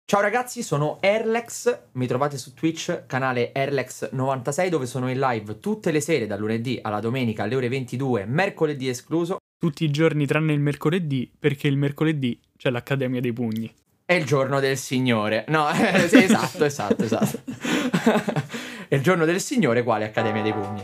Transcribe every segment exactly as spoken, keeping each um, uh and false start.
Ciao ragazzi, sono Erlex, mi trovate su Twitch, canale Erlex novantasei, dove sono in live tutte le sere, dal lunedì alla domenica alle ore ventidue, mercoledì escluso. Tutti i giorni tranne il mercoledì, perché il mercoledì c'è l'Accademia dei Pugni. È il giorno del Signore. No, eh, sì, esatto, esatto, esatto. È il giorno del Signore, quale Accademia dei Pugni?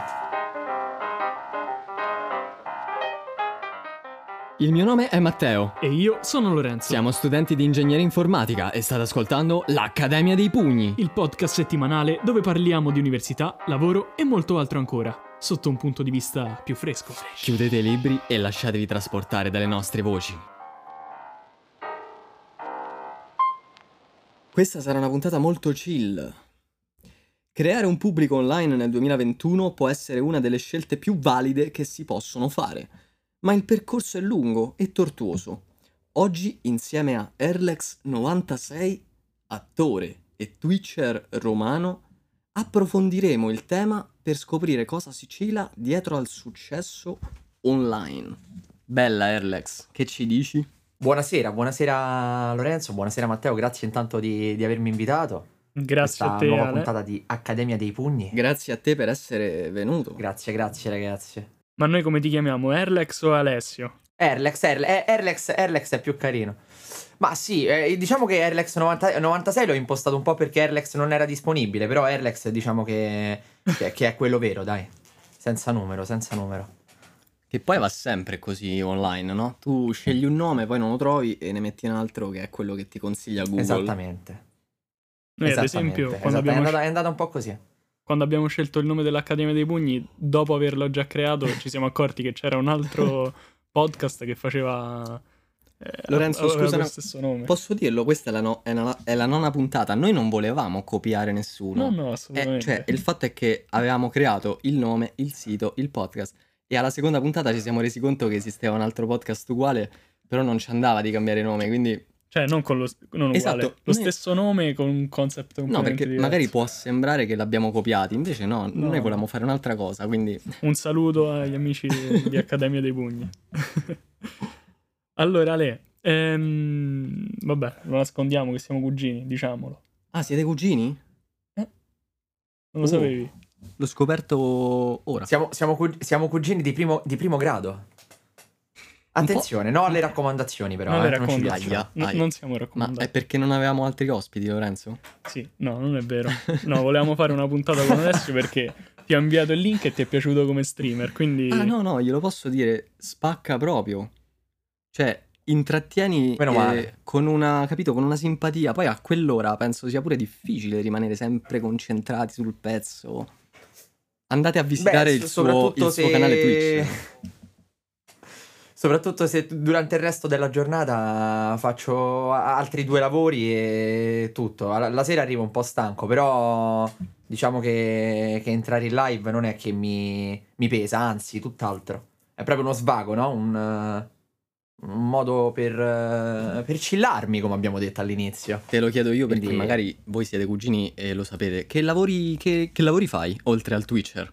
Il mio nome è Matteo. E io sono Lorenzo. Siamo studenti di ingegneria informatica e state ascoltando l'Accademia dei Pugni. Il podcast settimanale dove parliamo di università, lavoro e molto altro ancora, sotto un punto di vista più fresco. Chiudete i libri e lasciatevi trasportare dalle nostre voci. Questa sarà una puntata molto chill. Creare un pubblico online nel duemilaventuno può essere una delle scelte più valide che si possono fare. Ma il percorso è lungo e tortuoso. Oggi, insieme a Erlex novantasei, attore e twitcher romano, approfondiremo il tema per scoprire cosa si cela dietro al successo online. Bella Erlex, che ci dici? Buonasera, buonasera Lorenzo, buonasera Matteo, grazie intanto di, di avermi invitato. Grazie Questa a te, nuova Ale. puntata di Accademia dei Pugni. Grazie a te per essere venuto. Grazie, grazie ragazzi. Ma noi come ti chiamiamo? Erlex o Alessio? Erlex, Erle- eh, Erlex, Erlex è più carino. Ma sì, eh, diciamo che Erlex novanta novantasei l'ho impostato un po' perché Erlex non era disponibile, però Erlex diciamo che, che, che è quello vero, dai. Senza numero, senza numero. Che poi va sempre così online, no? Tu scegli un nome, poi non lo trovi e ne metti un altro che è quello che ti consiglia Google. Esattamente. Noi ad Esattamente, esempio, quando esatto, abbiamo, è, andata, è andata un po' così. quando abbiamo scelto il nome dell'Accademia dei Pugni, dopo averlo già creato, ci siamo accorti che c'era un altro podcast che faceva eh, Lorenzo, aveva scusa, lo no, stesso nome. posso dirlo? Questa è la, no- è una- è la nona puntata. Noi non volevamo copiare nessuno. No, no, Eh, assolutamente. cioè, il fatto è che avevamo creato il nome, il sito, il podcast e alla seconda puntata ci siamo resi conto che esisteva un altro podcast uguale, però non ci andava di cambiare nome, quindi... Cioè, non con lo non uguale, Esatto, lo noi- stesso nome con un concept No, completamente perché diverso. magari può sembrare che l'abbiamo copiati, invece no, No. noi volevamo fare un'altra cosa, quindi... Un saluto agli amici di Accademia dei Pugni. Allora, Ale, ehm, vabbè, non nascondiamo che siamo cugini, diciamolo. Ah, siete cugini? Non lo Oh. sapevi? L'ho scoperto ora. Siamo, siamo, cu- siamo cugini di primo, di primo grado. Attenzione, no alle raccomandazioni però. non le eh, non ci raccomandazioni. piacciono. Aia, N- aia. non siamo Ma raccomandati. è perché non avevamo altri ospiti, Lorenzo? Sì, no, non è vero. No, volevamo fare una puntata con Alessio perché ti ho inviato il link e ti è piaciuto come streamer, quindi... Ah, no, no, glielo posso dire, spacca proprio. Cioè, intrattieni Meno eh, male. con una, capito, con una simpatia. Poi a quell'ora penso sia pure difficile rimanere sempre concentrati sul pezzo. Andate a visitare Beh, il, so- suo, soprattutto il suo se- canale Twitch. Soprattutto se durante il resto della giornata faccio a- altri due lavori e tutto. La, la sera arrivo un po' stanco, però diciamo che, che entrare in live non è che mi, mi pesa, anzi, tutt'altro. È proprio uno svago, no? Un, eh, un modo per, eh, per chillarmi, come abbiamo detto all'inizio. Te lo chiedo io perché Quindi- magari voi siete cugini e lo sapete. Che lavori, che, che lavori fai, oltre al Twitcher?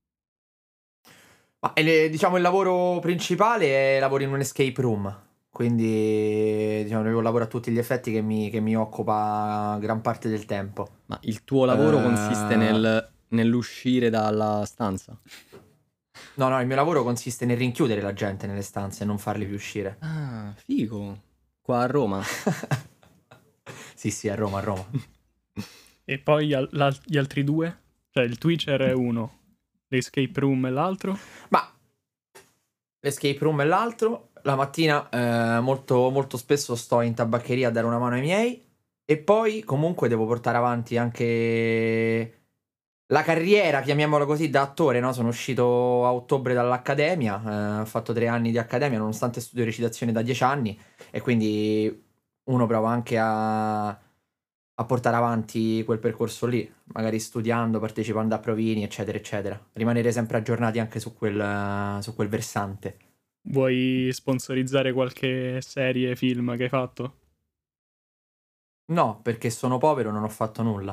Ma il- diciamo il lavoro principale è lavoro in un escape room, quindi diciamo è un lavoro a tutti gli effetti che mi, che mi occupa gran parte del tempo. Ma il tuo lavoro Eh. consiste nel, nell'uscire dalla stanza? No, no, il mio lavoro consiste nel rinchiudere la gente nelle stanze e non farli più uscire. Ah, figo. Qua a Roma. Sì, sì, a Roma, a Roma. E poi al- la- gli altri due? Cioè, il Twitcher è uno, l'escape room è l'altro. Ma l'escape room è l'altro. La mattina eh, molto, molto spesso sto in tabaccheria a dare una mano ai miei. E poi comunque devo portare avanti anche la carriera, chiamiamola così, da attore, no? Sono uscito a ottobre dall'accademia, eh, ho fatto tre anni di accademia nonostante studio recitazione da dieci anni e quindi uno prova anche a, a portare avanti quel percorso lì, magari studiando, partecipando a provini, eccetera, eccetera. Rimanere sempre aggiornati anche su quel, su quel versante. Vuoi sponsorizzare qualche serie, film che hai fatto? No, perché sono povero, non ho fatto nulla.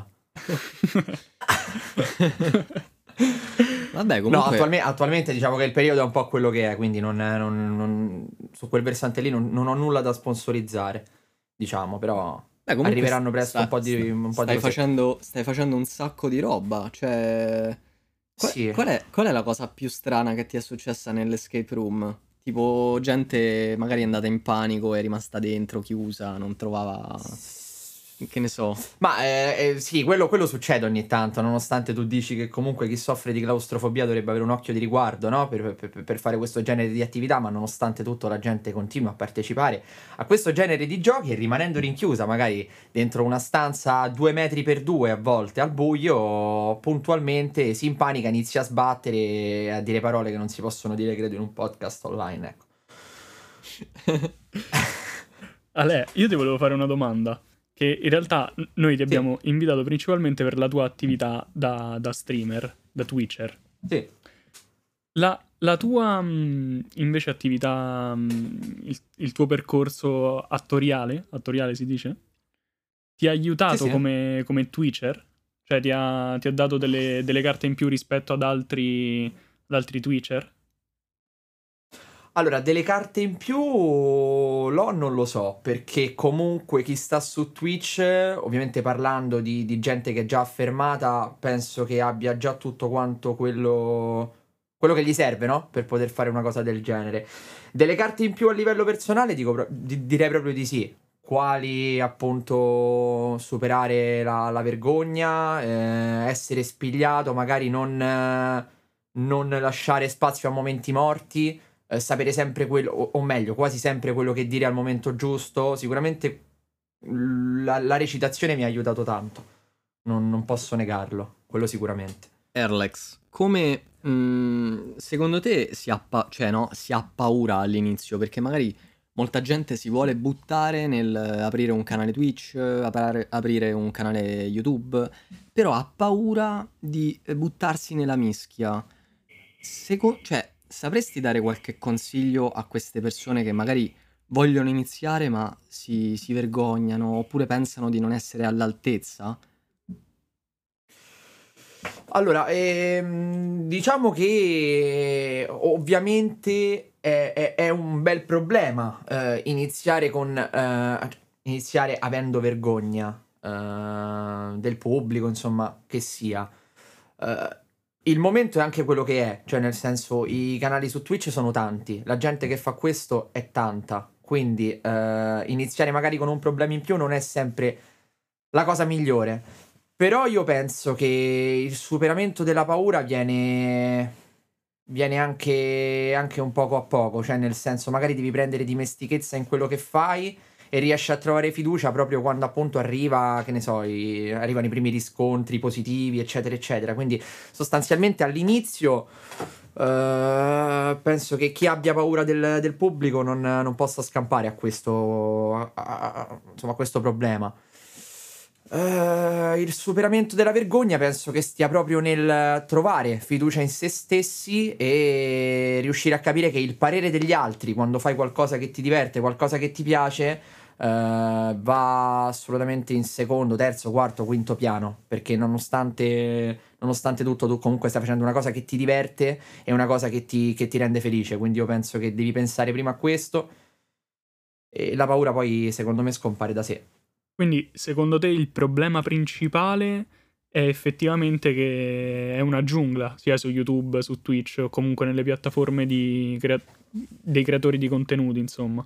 Vabbè, No, comunque... attualme- attualmente diciamo che il periodo è un po' quello che è, quindi non, non- non- su quel versante lì non, non ho nulla da sponsorizzare, diciamo, però Beh, comunque arriveranno presto sta- un po' di, sta- un po' di stai cose. facendo, stai facendo un sacco di roba, cioè... Qual, Sì. qual è, qual è la cosa più strana che ti è successa nell'escape room? Tipo, gente magari è andata in panico, è rimasta dentro, chiusa, non trovava... Che ne so. Ma eh, eh, sì, quello, quello succede ogni tanto, nonostante tu dici che comunque chi soffre di claustrofobia dovrebbe avere un occhio di riguardo, no? Per, per- per fare questo genere di attività, ma nonostante tutto la gente continua a partecipare a questo genere di giochi e rimanendo rinchiusa, magari dentro una stanza a due metri per due a volte al buio, puntualmente si impanica, inizia a sbattere e a dire parole che non si possono dire, credo, in un podcast online, ecco. Ale, io ti volevo fare una domanda. Che in realtà n- noi ti Sì. abbiamo invitato principalmente per la tua attività da, da streamer, da Twitcher. Sì. La, la tua mh, invece attività, mh, il, il tuo percorso attoriale, attoriale si dice, ti ha aiutato Sì, sì. come, come Twitcher? Cioè ti ha, ti ha dato delle, delle carte in più rispetto ad altri, ad altri Twitcher? Allora, delle carte in più l'ho non lo so, perché comunque chi sta su Twitch, ovviamente parlando di, di gente che è già affermata, penso che abbia già tutto quanto quello, quello che gli serve, no? Per poter fare una cosa del genere. Delle carte in più a livello personale, dico, pro- di- direi proprio di sì. Quali appunto superare la, la vergogna, eh, essere spigliato, magari non, eh, non lasciare spazio a momenti morti, eh, sapere sempre quello, o, o meglio, quasi sempre quello che dire al momento giusto. Sicuramente la, la recitazione mi ha aiutato tanto, non, non posso negarlo, quello sicuramente. Erlex, come mh, secondo te si ha, pa- cioè, no, si ha paura all'inizio? Perché magari molta gente si vuole buttare nel aprire un canale Twitch, aprar- aprire un canale YouTube, però ha paura di eh, buttarsi nella mischia. Seco- cioè, sapresti dare qualche consiglio a queste persone che magari vogliono iniziare ma si, si vergognano oppure pensano di non essere all'altezza? Allora, ehm, diciamo che ovviamente è, è- è un bel problema eh, iniziare con eh, iniziare avendo vergogna eh, del pubblico, insomma, che sia. Eh, il momento è anche quello che è, cioè nel senso i canali su Twitch sono tanti, la gente che fa questo è tanta, quindi eh, iniziare magari con un problema in più non è sempre la cosa migliore. Però io penso che il superamento della paura viene, viene anche, anche un poco a poco, cioè nel senso magari devi prendere dimestichezza in quello che fai e riesci a trovare fiducia proprio quando appunto arriva, che ne so, i- arrivano i primi riscontri positivi, eccetera, eccetera. Quindi sostanzialmente all'inizio eh, penso che chi abbia paura del, del pubblico non, non possa scampare a questo, a- a- insomma, a questo problema. Eh, il superamento della vergogna penso che stia proprio nel trovare fiducia in se stessi e riuscire a capire che il parere degli altri quando fai qualcosa che ti diverte, qualcosa che ti piace, eh, va assolutamente in secondo, terzo, quarto, quinto piano, perché nonostante, nonostante tutto tu comunque stai facendo una cosa che ti diverte e una cosa che ti, che ti rende felice, quindi io penso che devi pensare prima a questo e la paura poi secondo me scompare da sé. Quindi, secondo te, il problema principale è effettivamente che è una giungla, sia su YouTube, su Twitch o comunque nelle piattaforme di crea- dei creatori di contenuti, insomma.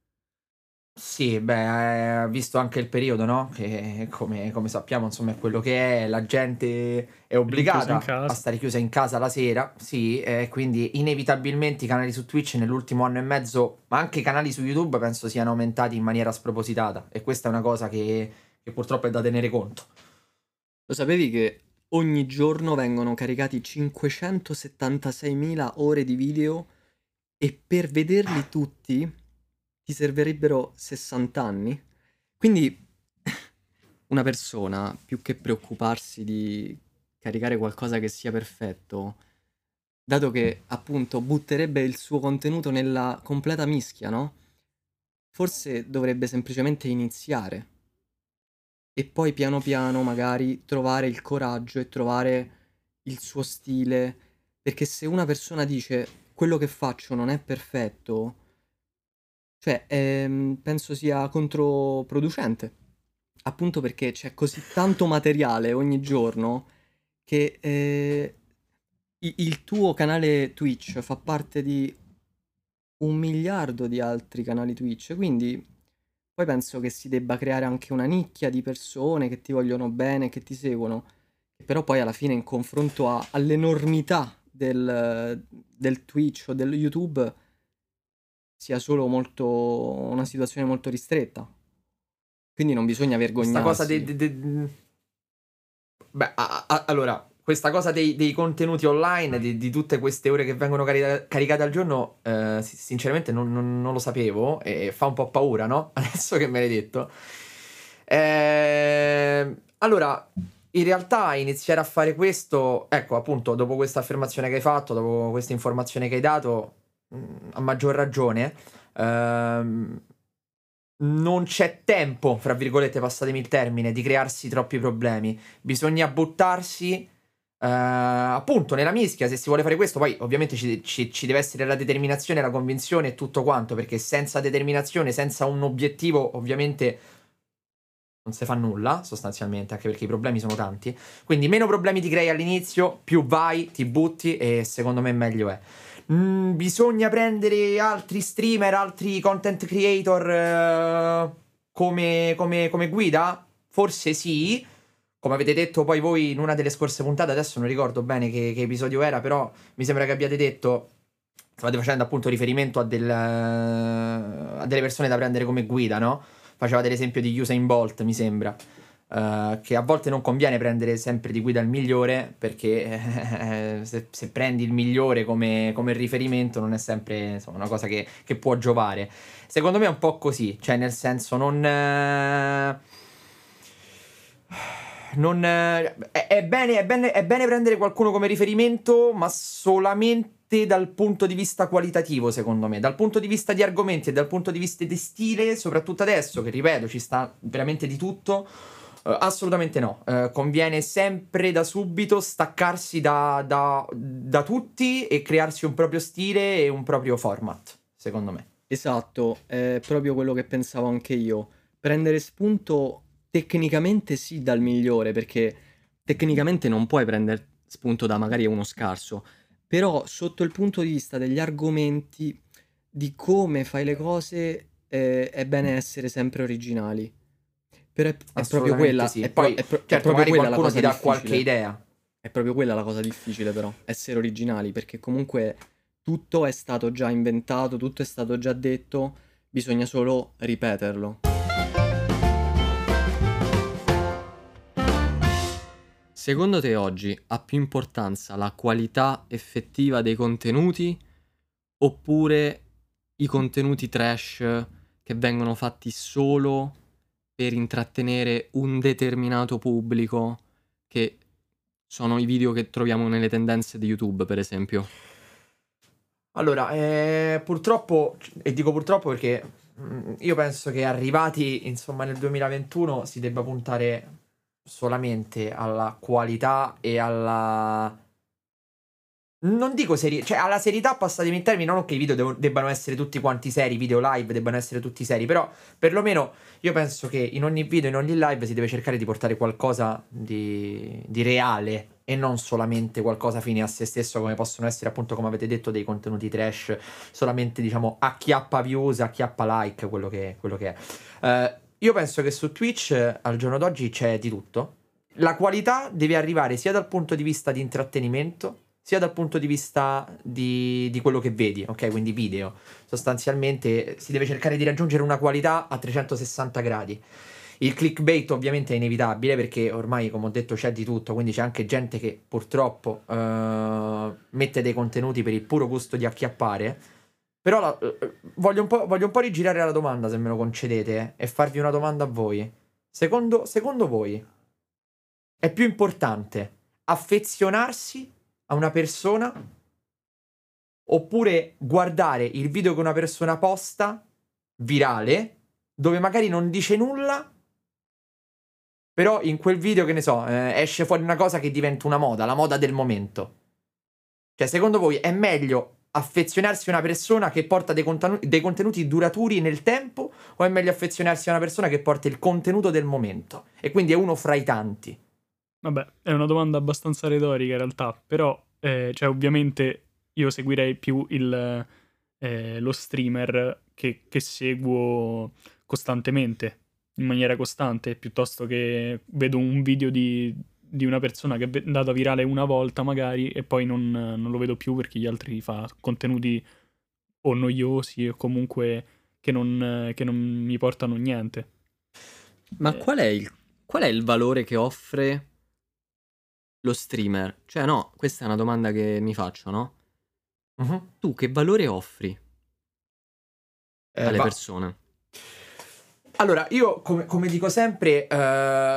Sì, beh, eh, visto anche il periodo, no? Che come, come sappiamo, insomma, è quello che è, la gente è Rinchiusa in obbligata a casa. stare chiusa in casa la sera, sì, e quindi inevitabilmente i canali su Twitch nell'ultimo anno e mezzo, ma anche i canali su YouTube, penso siano aumentati in maniera spropositata. E questa è una cosa che, che purtroppo è da tenere conto. Lo sapevi che ogni giorno vengono caricati cinquecentosettantaseimila ore di video e per vederli tutti ti servirebbero sessanta anni? Quindi una persona, più che preoccuparsi di caricare qualcosa che sia perfetto, dato che appunto butterebbe il suo contenuto nella completa mischia, no? Forse dovrebbe semplicemente iniziare e poi piano piano magari trovare il coraggio e trovare il suo stile, perché se una persona dice quello che faccio non è perfetto, cioè ehm, penso sia controproducente. appunto perché c'è così tanto materiale ogni giorno che eh, i- il tuo canale Twitch fa parte di un miliardo di altri canali Twitch, quindi poi penso che si debba creare anche una nicchia di persone che ti vogliono bene, che ti seguono, che però poi alla fine in confronto a- all'enormità del, del Twitch o del YouTube sia solo molto una situazione molto ristretta. Quindi non bisogna Questa cosa dei... vergognarsi. dei- dei- Beh, a- a- allora, questa cosa dei, dei contenuti online, di, di tutte queste ore che vengono cari- caricate al giorno, eh, si- sinceramente non, non- non lo sapevo e fa un po' paura, no? Adesso che me l'hai detto. Eh, allora, in realtà iniziare a fare questo, ecco, appunto, dopo questa affermazione che hai fatto, dopo questa informazione che hai dato, mh, a maggior ragione, ehm, non c'è tempo, fra virgolette, passatemi il termine, di crearsi troppi problemi. Bisogna buttarsi, eh, appunto, nella mischia se si vuole fare questo. Poi, ovviamente, ci, ci- ci deve essere la determinazione, la convinzione e tutto quanto, perché senza determinazione, senza un obiettivo, ovviamente non si fa nulla, sostanzialmente, anche perché i problemi sono tanti. Quindi, meno problemi ti crei all'inizio, più vai, ti butti e secondo me meglio è. Mm, bisogna prendere altri streamer, altri content creator eh, come, come- come guida? Forse sì. Come avete detto poi voi in una delle scorse puntate, adesso non ricordo bene che, che episodio era, però mi sembra che abbiate detto, stavate facendo appunto riferimento a, del, a delle persone da prendere come guida, no? Facevate l'esempio di Usain Bolt, mi sembra. Uh, che a volte non conviene prendere sempre di guida il migliore perché eh, se, se prendi il migliore come, come riferimento non è sempre insomma, una cosa che, che può giovare. Secondo me è un po' così, cioè nel senso non... eh, non eh, è, è bene, è, bene, è bene prendere qualcuno come riferimento, ma solamente dal punto di vista qualitativo, secondo me. Dal punto di vista di argomenti e dal punto di vista di stile, soprattutto adesso, che ripeto, ci sta veramente di tutto. Uh, assolutamente no, uh, conviene sempre da subito staccarsi da, da, da tutti e crearsi un proprio stile e un proprio format, secondo me. Esatto, è proprio quello che pensavo anche io. Prendere spunto tecnicamente sì dal migliore, perché tecnicamente non puoi prendere spunto da magari uno scarso, però sotto il punto di vista degli argomenti, di come fai le cose, eh, è bene essere sempre originali. Però è, è proprio Assolutamente quella, sì. è, pro- Poi, è pro- è certo, proprio magari quella la qualcuno ti cosa dà qualche difficile. idea. È proprio quella la cosa difficile però, essere originali, perché comunque tutto è stato già inventato, tutto è stato già detto, bisogna solo ripeterlo. Secondo te oggi ha più importanza la qualità effettiva dei contenuti oppure i contenuti trash che vengono fatti solo per intrattenere un determinato pubblico, che sono i video che troviamo nelle tendenze di YouTube, per esempio? Allora, eh, purtroppo, e dico purtroppo perché mm, io penso che arrivati, insomma, nel duemilaventuno si debba puntare solamente alla qualità e alla... Non dico seri... cioè alla serietà, passatemi in termini, non che i video devo- debbano essere tutti quanti seri, i video live debbano essere tutti seri, però perlomeno io penso che in ogni video, in ogni live si deve cercare di portare qualcosa di, di reale e non solamente qualcosa fine a se stesso, come possono essere appunto, come avete detto, dei contenuti trash, solamente diciamo acchiappa views, acchiappa like, quello che, quello che è. Eh, io penso che su Twitch eh, al giorno d'oggi c'è di tutto. La qualità deve arrivare sia dal punto di vista di intrattenimento, sia dal punto di vista di, di quello che vedi, ok? Quindi video. Sostanzialmente si deve cercare di raggiungere una qualità a trecentosessanta gradi. Il clickbait ovviamente è inevitabile perché ormai, come ho detto, c'è di tutto, quindi c'è anche gente che purtroppo eh, mette dei contenuti per il puro gusto di acchiappare. Però la- eh, voglio, un po', voglio un po' rigirare la domanda, se me lo concedete, e farvi una domanda a voi. Secondo, secondo voi è più importante affezionarsi a una persona oppure guardare il video che una persona posta virale dove magari non dice nulla, però in quel video, che ne so, eh, esce fuori una cosa che diventa una moda, la moda del momento? Cioè, secondo voi è meglio affezionarsi a una persona che porta dei, contenu- dei contenuti duraturi nel tempo, o è meglio affezionarsi a una persona che porta il contenuto del momento e quindi è uno fra i tanti? Vabbè, è una domanda abbastanza retorica in realtà, però eh, cioè ovviamente io seguirei più il, eh, lo streamer che, che seguo costantemente, in maniera costante, piuttosto che vedo un video di, di una persona che è andata virale una volta magari e poi non, non lo vedo più perché gli altri fa contenuti o noiosi o comunque che non, che non mi portano niente. Ma Eh. qual è il, qual è il valore che offre lo streamer? Cioè no, questa è una domanda che mi faccio, no? Uh-huh. Tu che valore offri Eh, alle va- persone? Allora, io come, come dico sempre, eh,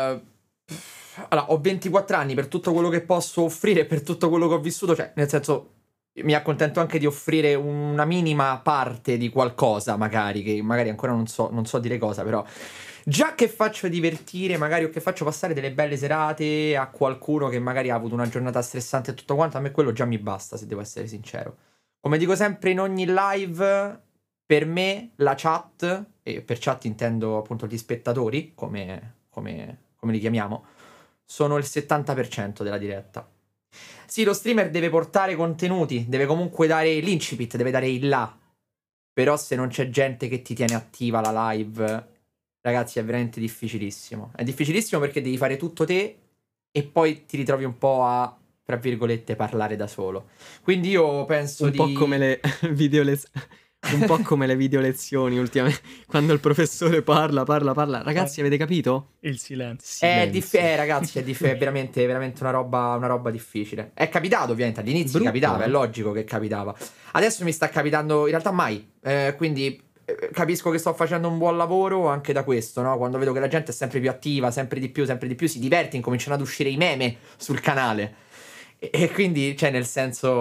allora, ho ventiquattro anni, per tutto quello che posso offrire, per tutto quello che ho vissuto, cioè, nel senso, mi accontento anche di offrire una minima parte di qualcosa, magari, che magari ancora non so, non so dire cosa, però già che faccio divertire, magari, o che faccio passare delle belle serate a qualcuno che magari ha avuto una giornata stressante e tutto quanto, a me quello già mi basta, se devo essere sincero. Come dico sempre in ogni live, per me la chat, e per chat intendo appunto gli spettatori, come, come, come li chiamiamo, sono il settanta per cento della diretta. Sì, lo streamer deve portare contenuti, deve comunque dare l'incipit, deve dare il là. Però se non c'è gente che ti tiene attiva la live, ragazzi, è veramente difficilissimo. È difficilissimo perché devi fare tutto te e poi ti ritrovi un po' a, tra virgolette, parlare da solo. Quindi io penso Un di... po' come le video lezioni. Un po' come le video lezioni ultimamente, quando il professore parla, parla, parla. Ragazzi, avete capito? Il silenzio. È Silenzio. dif- eh, ragazzi, è, dif- è veramente, veramente una roba, una roba difficile. È capitato, ovviamente, all'inizio Brutto, capitava, eh? è logico che capitava. Adesso mi sta capitando, in realtà mai. Eh, quindi eh, capisco che sto facendo un buon lavoro anche da questo, no? Quando vedo che la gente è sempre più attiva, sempre di più, sempre di più, si diverte, incominciano ad uscire i meme sul canale. E, e quindi, cioè, nel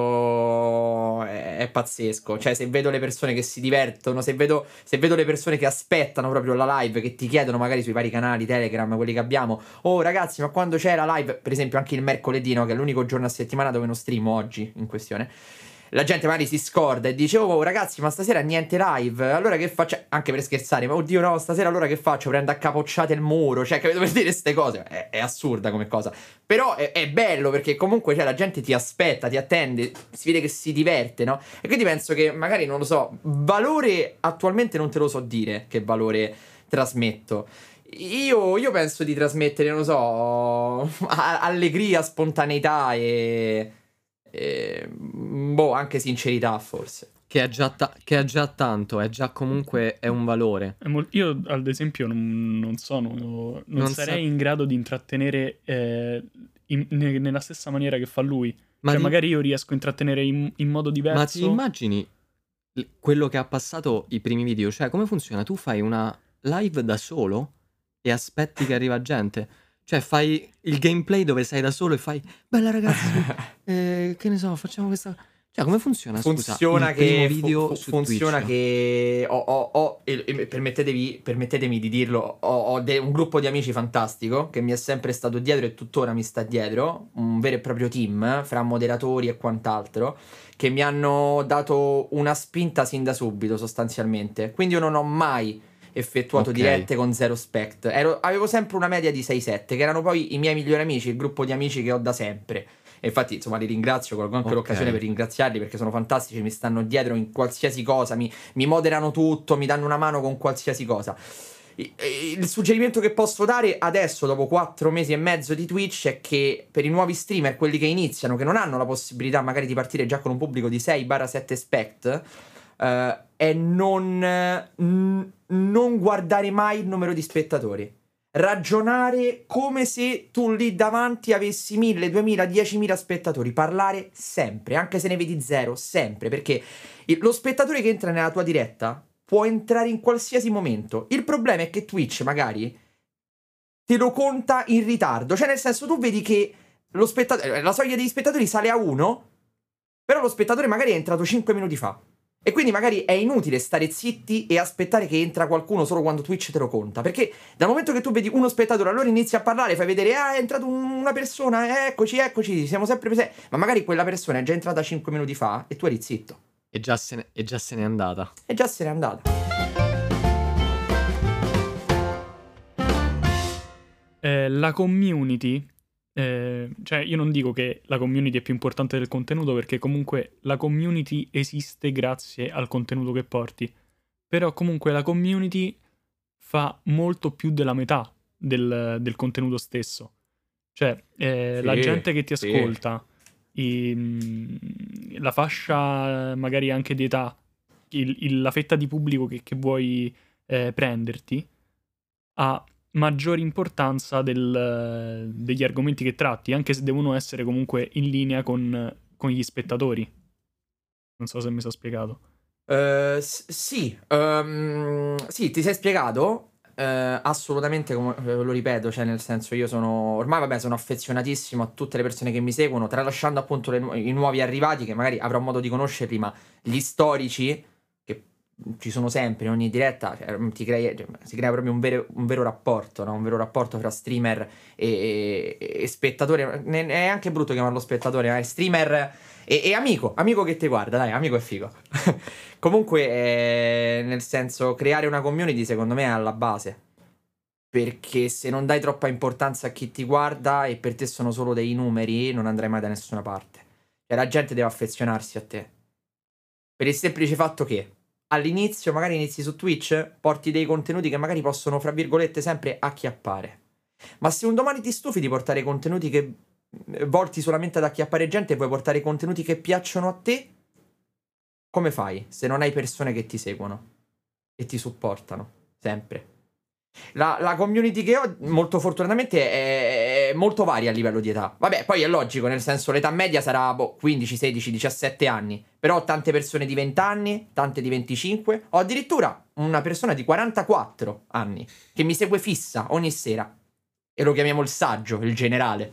senso, è, è pazzesco. Cioè, se vedo le persone che si divertono, se vedo, se vedo le persone che aspettano proprio la live, che ti chiedono magari sui vari canali Telegram, quelli che abbiamo, oh ragazzi, ma quando c'è la live, per esempio anche il mercoledì, no, che è l'unico giorno a settimana dove non streamo oggi, in questione, la gente magari si scorda e dice, oh ragazzi, ma stasera niente live, allora che faccio? Anche per scherzare, ma oddio no, stasera allora che faccio? Prendo a capocciate il muro, cioè, capito, per dire queste cose, è, è assurda come cosa. Però è, è bello perché comunque, cioè, la gente ti aspetta, ti attende, si vede che si diverte, no? E quindi penso che magari, non lo so, valore attualmente non te lo so dire che valore trasmetto. Io, io penso di trasmettere, non lo so, a- allegria, spontaneità e... E, boh, anche sincerità forse. Che è già, ta- che è già tanto, è già comunque è un valore. È mol- io ad esempio non, non sono, non, Non sarei sa- in grado di intrattenere eh, in- ne- nella stessa maniera che fa lui. Ma Cioè ti- magari io riesco a intrattenere in, in modo diverso. Ma ti immagini l- quello che ha passato i primi video? Cioè, come funziona? Tu fai una live da solo e aspetti che arriva gente? Cioè, fai il gameplay dove sei da solo e fai, bella ragazzi, eh, che ne so, facciamo questa... Cioè, come funziona? Scusa, Funziona il primo che video fu- su funziona Twitch? che ho, ho- ho- e- e permettetevi, permettetemi di dirlo, ho, ho de- un gruppo di amici fantastico che mi è sempre stato dietro e tuttora mi sta dietro, un vero e proprio team fra moderatori e quant'altro, che mi hanno dato una spinta sin da subito sostanzialmente. Quindi io non ho mai effettuato Ok. dirette con zero spect. Ero- avevo sempre una media di sei sette, che erano poi i miei migliori amici, il gruppo di amici che ho da sempre. E infatti, insomma, li ringrazio, colgo anche Ok. l'occasione per ringraziarli perché sono fantastici, mi stanno dietro in qualsiasi cosa, mi, mi moderano tutto, mi danno una mano con qualsiasi cosa. I- Il suggerimento che posso dare adesso, dopo quattro mesi e mezzo di Twitch, è che per i nuovi streamer, quelli che iniziano, che non hanno la possibilità magari di partire già con un pubblico di sei sette spect, eh, è non, n- non guardare mai il numero di spettatori. Ragionare come se tu lì davanti avessi mille, duemila, diecimila spettatori. Parlare sempre, anche se ne vedi zero, sempre. Perché il- lo spettatore che entra nella tua diretta può entrare in qualsiasi momento. Il problema è che Twitch magari te lo conta in ritardo. Cioè, nel senso, tu vedi che lo spettatore, la soglia degli spettatori sale a uno, però lo spettatore magari è entrato cinque minuti fa. E quindi magari è inutile stare zitti e aspettare che entra qualcuno solo quando Twitch te lo conta. Perché dal momento che tu vedi uno spettatore, allora inizi a parlare, fai vedere, ah, è entrato un- una persona, eccoci, eccoci, siamo sempre presenti. Ma magari quella persona è già entrata cinque minuti fa e tu eri zitto. E già se ne, e già se n'è andata. E già se n'è andata. Eh, la community, eh, cioè io non dico che la community è più importante del contenuto, perché comunque la community esiste grazie al contenuto che porti, però comunque la community fa molto più della metà del, del contenuto stesso. Cioè eh, Sì, la gente che ti sì. ascolta, i- la fascia magari anche di età, il- il- la fetta di pubblico che, che vuoi eh, prenderti, ha maggiore importanza del- degli argomenti che tratti, anche se devono essere comunque in linea con, con gli spettatori. Non so se mi sono spiegato. Eh, s- sì, ehm, sì, ti sei spiegato. eh, assolutamente, come eh, lo ripeto, cioè nel senso, io sono ormai, vabbè, sono affezionatissimo a tutte le persone che mi seguono, tralasciando appunto le nu- i nuovi arrivati, che magari avrò modo di conoscerli, ma gli storici, che ci sono sempre in ogni diretta, cioè, ti crea- cioè, si crea proprio un vero, un vero rapporto, no? Un vero rapporto fra streamer e, e- e spettatore. Ne- È anche brutto chiamarlo spettatore, ma è streamer e, e amico, amico che ti guarda, dai, amico è figo. Comunque, eh, nel senso, creare una community secondo me è alla base. Perché se non dai troppa importanza a chi ti guarda e per te sono solo dei numeri, non andrai mai da nessuna parte. Cioè, la gente deve affezionarsi a te. Per il semplice fatto che all'inizio, magari inizi su Twitch, porti dei contenuti che magari possono, fra virgolette, sempre acchiappare. Ma se un domani ti stufi di portare contenuti che eh, volti solamente ad acchiappare gente e vuoi portare contenuti che piacciono a te, come fai se non hai persone che ti seguono e ti supportano sempre? La, la community che ho, molto fortunatamente, è, è molto varia a livello di età. Vabbè, poi è logico, nel senso, l'età media sarà boh, quindici, sedici, diciassette anni. Però ho tante persone di venti anni, tante di venticinque. Ho addirittura una persona di quarantaquattro anni che mi segue fissa ogni sera. E lo chiamiamo il saggio, il generale.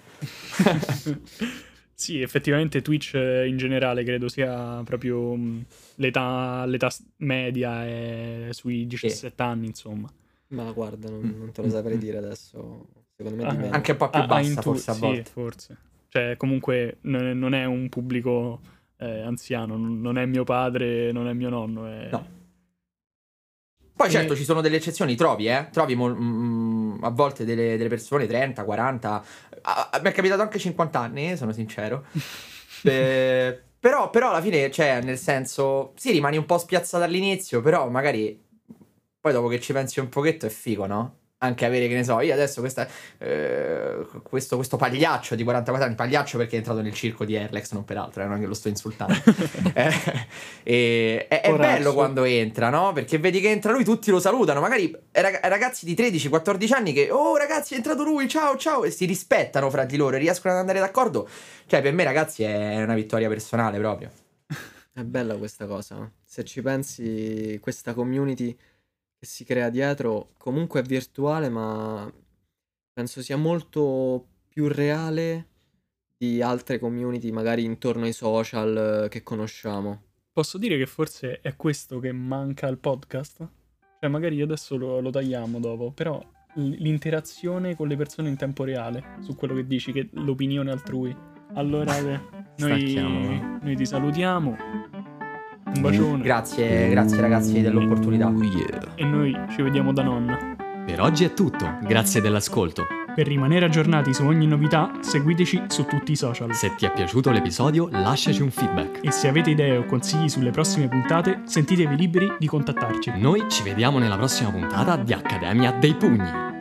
Sì, effettivamente Twitch eh, in generale credo sia proprio mh, l'età, l'età s- media è sui diciassette anni, insomma. Ma guarda, non, Mm. non te lo saprei Mm. dire adesso. Secondo me Ah, di meno. Anche un po' più Ah, ah, bassa, in tu- forse a sì, volte. forse. Cioè, comunque non è, non è un pubblico eh, anziano, non non è mio padre, non è mio nonno. È... No. Poi E- certo ci sono delle eccezioni, trovi, eh? Trovi mol- mm, a volte delle, delle persone trenta, quaranta. A, a- mi è capitato anche cinquanta anni, sono sincero. Eh, però, però alla fine, cioè, nel senso, sì, rimani un po' spiazzato all'inizio, però magari poi dopo che ci pensi un pochetto è figo, no? Anche avere, che ne so, io adesso questa, eh, questo, questo pagliaccio di quarantaquattro anni, pagliaccio perché è entrato nel circo di Erlex, non per altro, eh, non che lo sto insultando. Eh, e- è, è Corazzo. bello quando entra, no? Perché vedi che entra lui, tutti lo salutano, magari rag- ragazzi di tredici quattordici anni che, oh ragazzi è entrato lui, ciao ciao, e si rispettano fra di loro e riescono ad andare d'accordo. Cioè per me ragazzi è una vittoria personale proprio. È bella questa cosa. Se ci pensi, questa community che si crea dietro comunque è virtuale, ma penso sia molto più reale di altre community magari intorno ai social eh, che conosciamo. Posso dire che forse è questo che manca al podcast? Cioè, magari adesso lo, lo tagliamo dopo, però l- l'interazione con le persone in tempo reale su quello che dici, che l'opinione altrui. Allora, eh, Stacchiamo, noi, no? noi ti salutiamo. Un bacione. Grazie, grazie ragazzi dell'opportunità. Oh yeah. E noi ci vediamo da nonna. Per oggi è tutto, grazie dell'ascolto. Per rimanere aggiornati su ogni novità, seguiteci su tutti i social. Se ti è piaciuto l'episodio, lasciaci un feedback. E se avete idee o consigli sulle prossime puntate, sentitevi liberi di contattarci. Noi ci vediamo nella prossima puntata di Accademia dei Pugni.